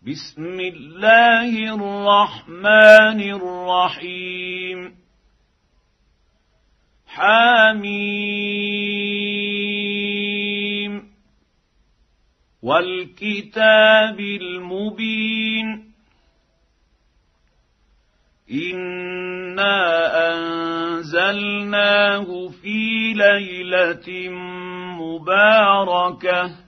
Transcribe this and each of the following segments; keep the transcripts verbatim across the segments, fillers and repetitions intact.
بسم الله الرحمن الرحيم حميم والكتاب المبين إنا أنزلناه في ليلة مباركة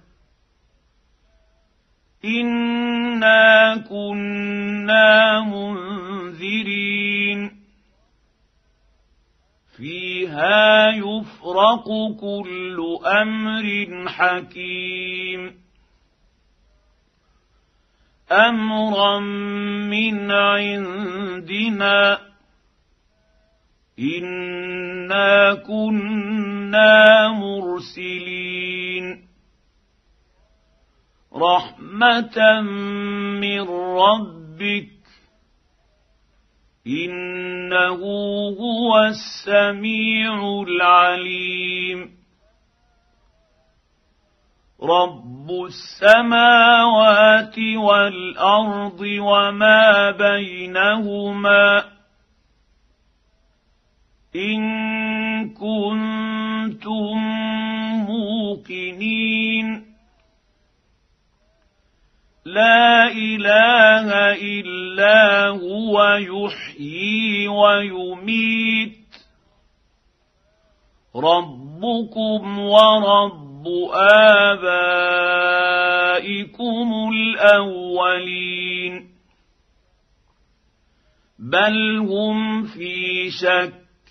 إنا كنا منذرين فيها يفرق كل أمر حكيم أمرا من عندنا إنا كنا مرسلين رحمة من ربك إنه هو السميع العليم رب السماوات والأرض وما بينهما إن كنتم موقنين لا إله إلا هو يحيي ويميت ربكم ورب آبائكم الأولين بل هم في شك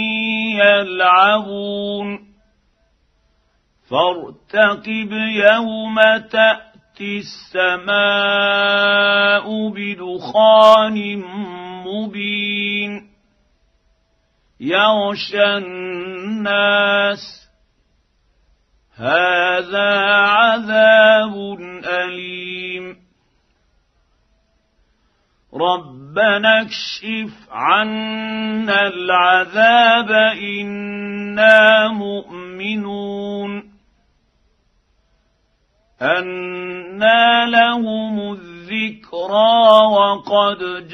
يلعبون فارتقب يوم تأتي السماء بدخان مبين يغشى الناس هذا عذاب أليم ربنا اكشف عنا العذاب إنا مؤمنون أنى لهم الذكرى وقد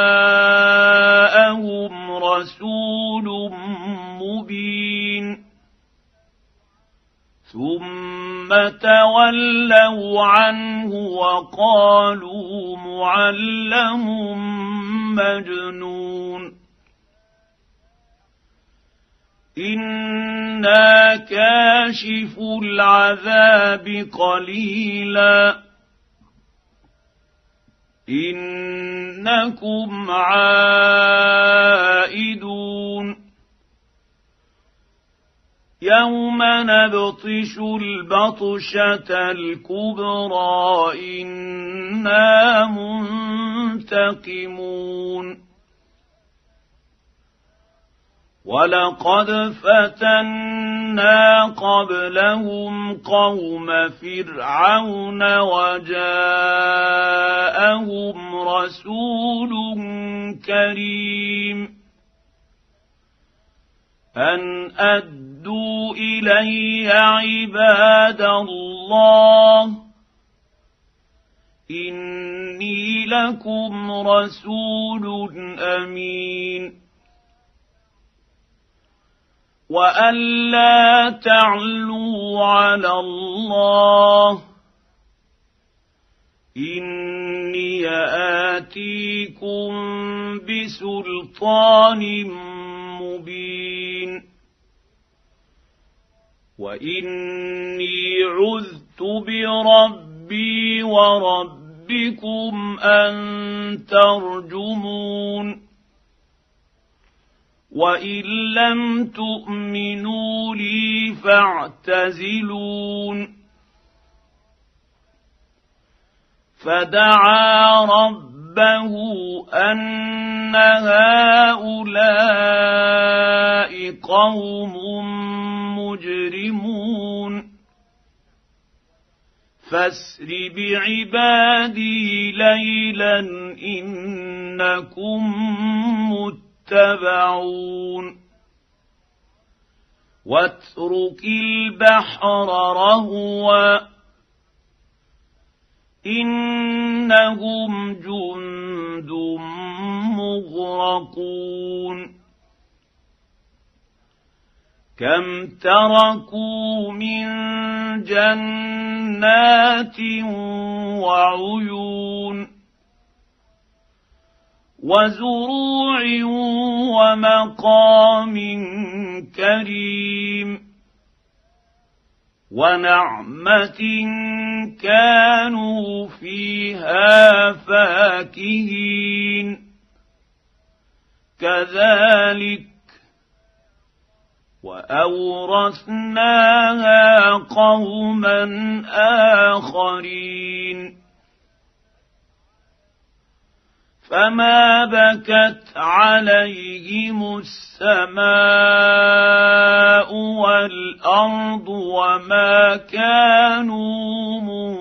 جاءهم رسول مبين ثم تولوا عنه وقالوا معلم مجنون إنا كاشف العذاب قليلا إنكم عائدون يوم نبطش البطشة الكبرى إنا منتقمون ولقد فتنا قبلهم قوم فرعون وجاءهم رسول كريم أن أدوا إلي عباد الله إني لكم رسول أمين وألا تعلوا على الله إني آتيكم بسلطان مبين وإني عذت بربي وربكم أن ترجمون وإن لم تؤمنوا لي فاعتزلون فدعا ربه أن هؤلاء قوم مجرمون فاسر بعبادي ليلا إنكم متبعون واترك البحر رهوا إنهم جند مغرقون كم تركوا من جنات وعيون وزروع ومقام كريم ونعمة كانوا فيها فاكهين كذلك وأورثناها قوما آخرين فما بكت عليهم السماء والأرض وما كانوا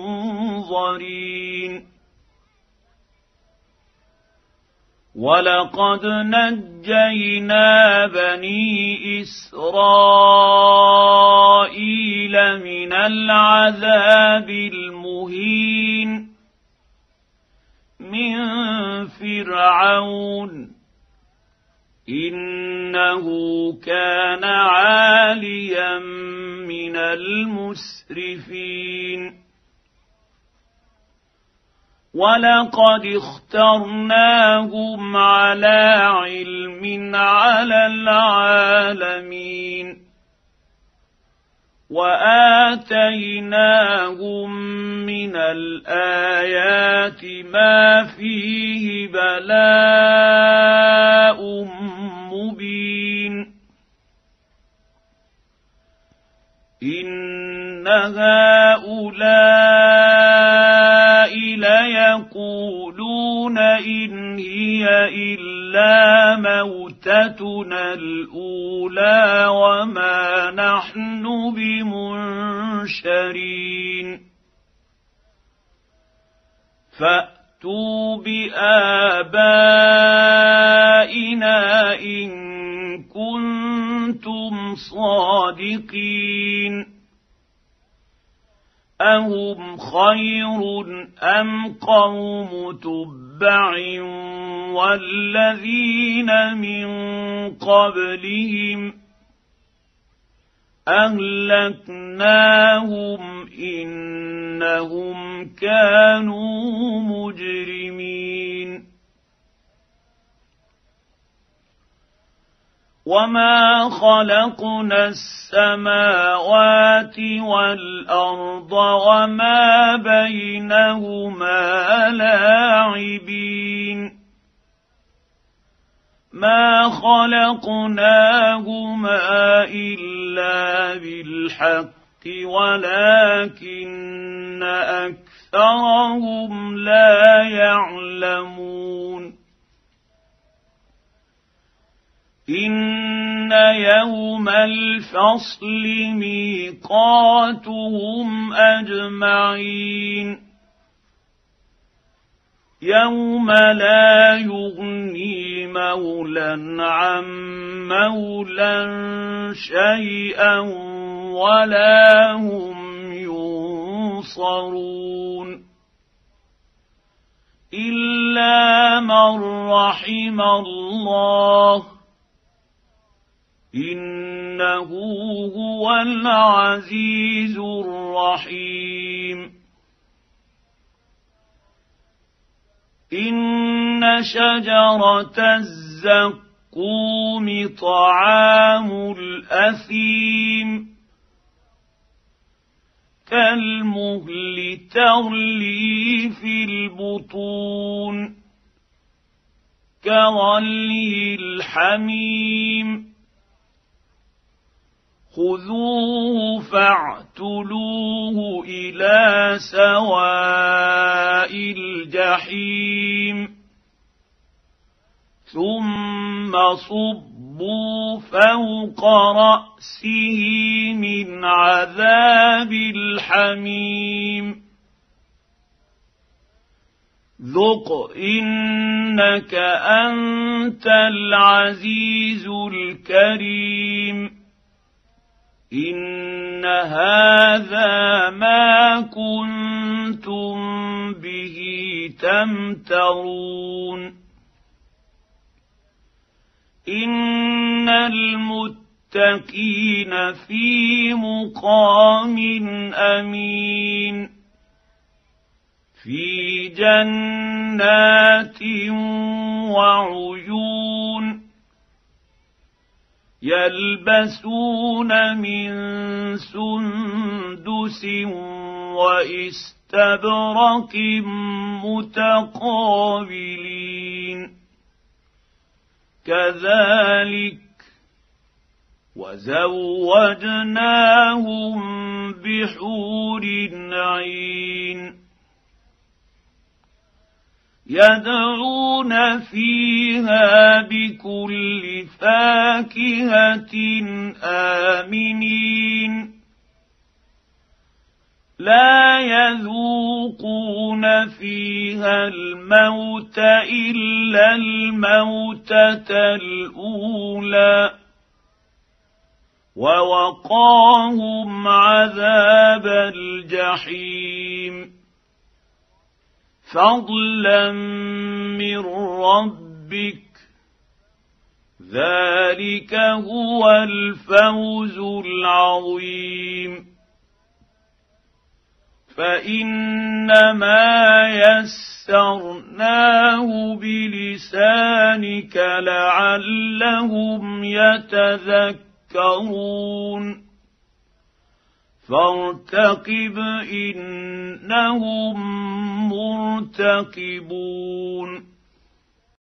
منظرين ولقد نجينا بني إسرائيل من العذاب المهين من فرعون إنه كان عاليا من المسرفين ولقد اخترناهم على علم على العالمين وآتيناهم من الآيات ما فيه بلاء مبين إن هؤلاء ليقولون إن هي إلا موتتنا الأولى وما نحن بمنشرين فأتوا بآبائنا إن كنتم صادقين أهم خير أم قوم تبع والذين من قبلهم أهلكناهم إنهم كانوا مجرمين وما خلقنا السماوات والأرض وما بينهما لاعبين ما خلقناهما إلا بالحق ولكن أكثرهم لا يعلمون إن يوم الفصل ميقاتهم أجمعين يوم لا يغني مولى عن مولى شيئا ولا هم ينصرون إلا من رحم الله إنه هو العزيز الرحيم إن شجرة الزقوم طعام الأثيم كالمهل تغلي في البطون كغلي الحميم خذوه فاعتلوه إلى سواء الجحيم ثم صبوا فوق رأسه من عذاب الحميم ذق إنك أنت العزيز الكريم إن هذا ما كنتم به تمترون إن المتقين في مقام أمين في جنات وعيون يلبسون من سندس واستبرق متقابلين كذلك وزوجناهم بحور عين يدعون فيها بكل فاكهة آمنين لا يذوقون فيها الموت إلا الموتة الأولى ووقاهم عذاب الجحيم فضلا من ربك ذلك هو الفوز العظيم فإنما يسرناه بلسانك لعلهم يتذكرون فارتقب إنهم مرتقبون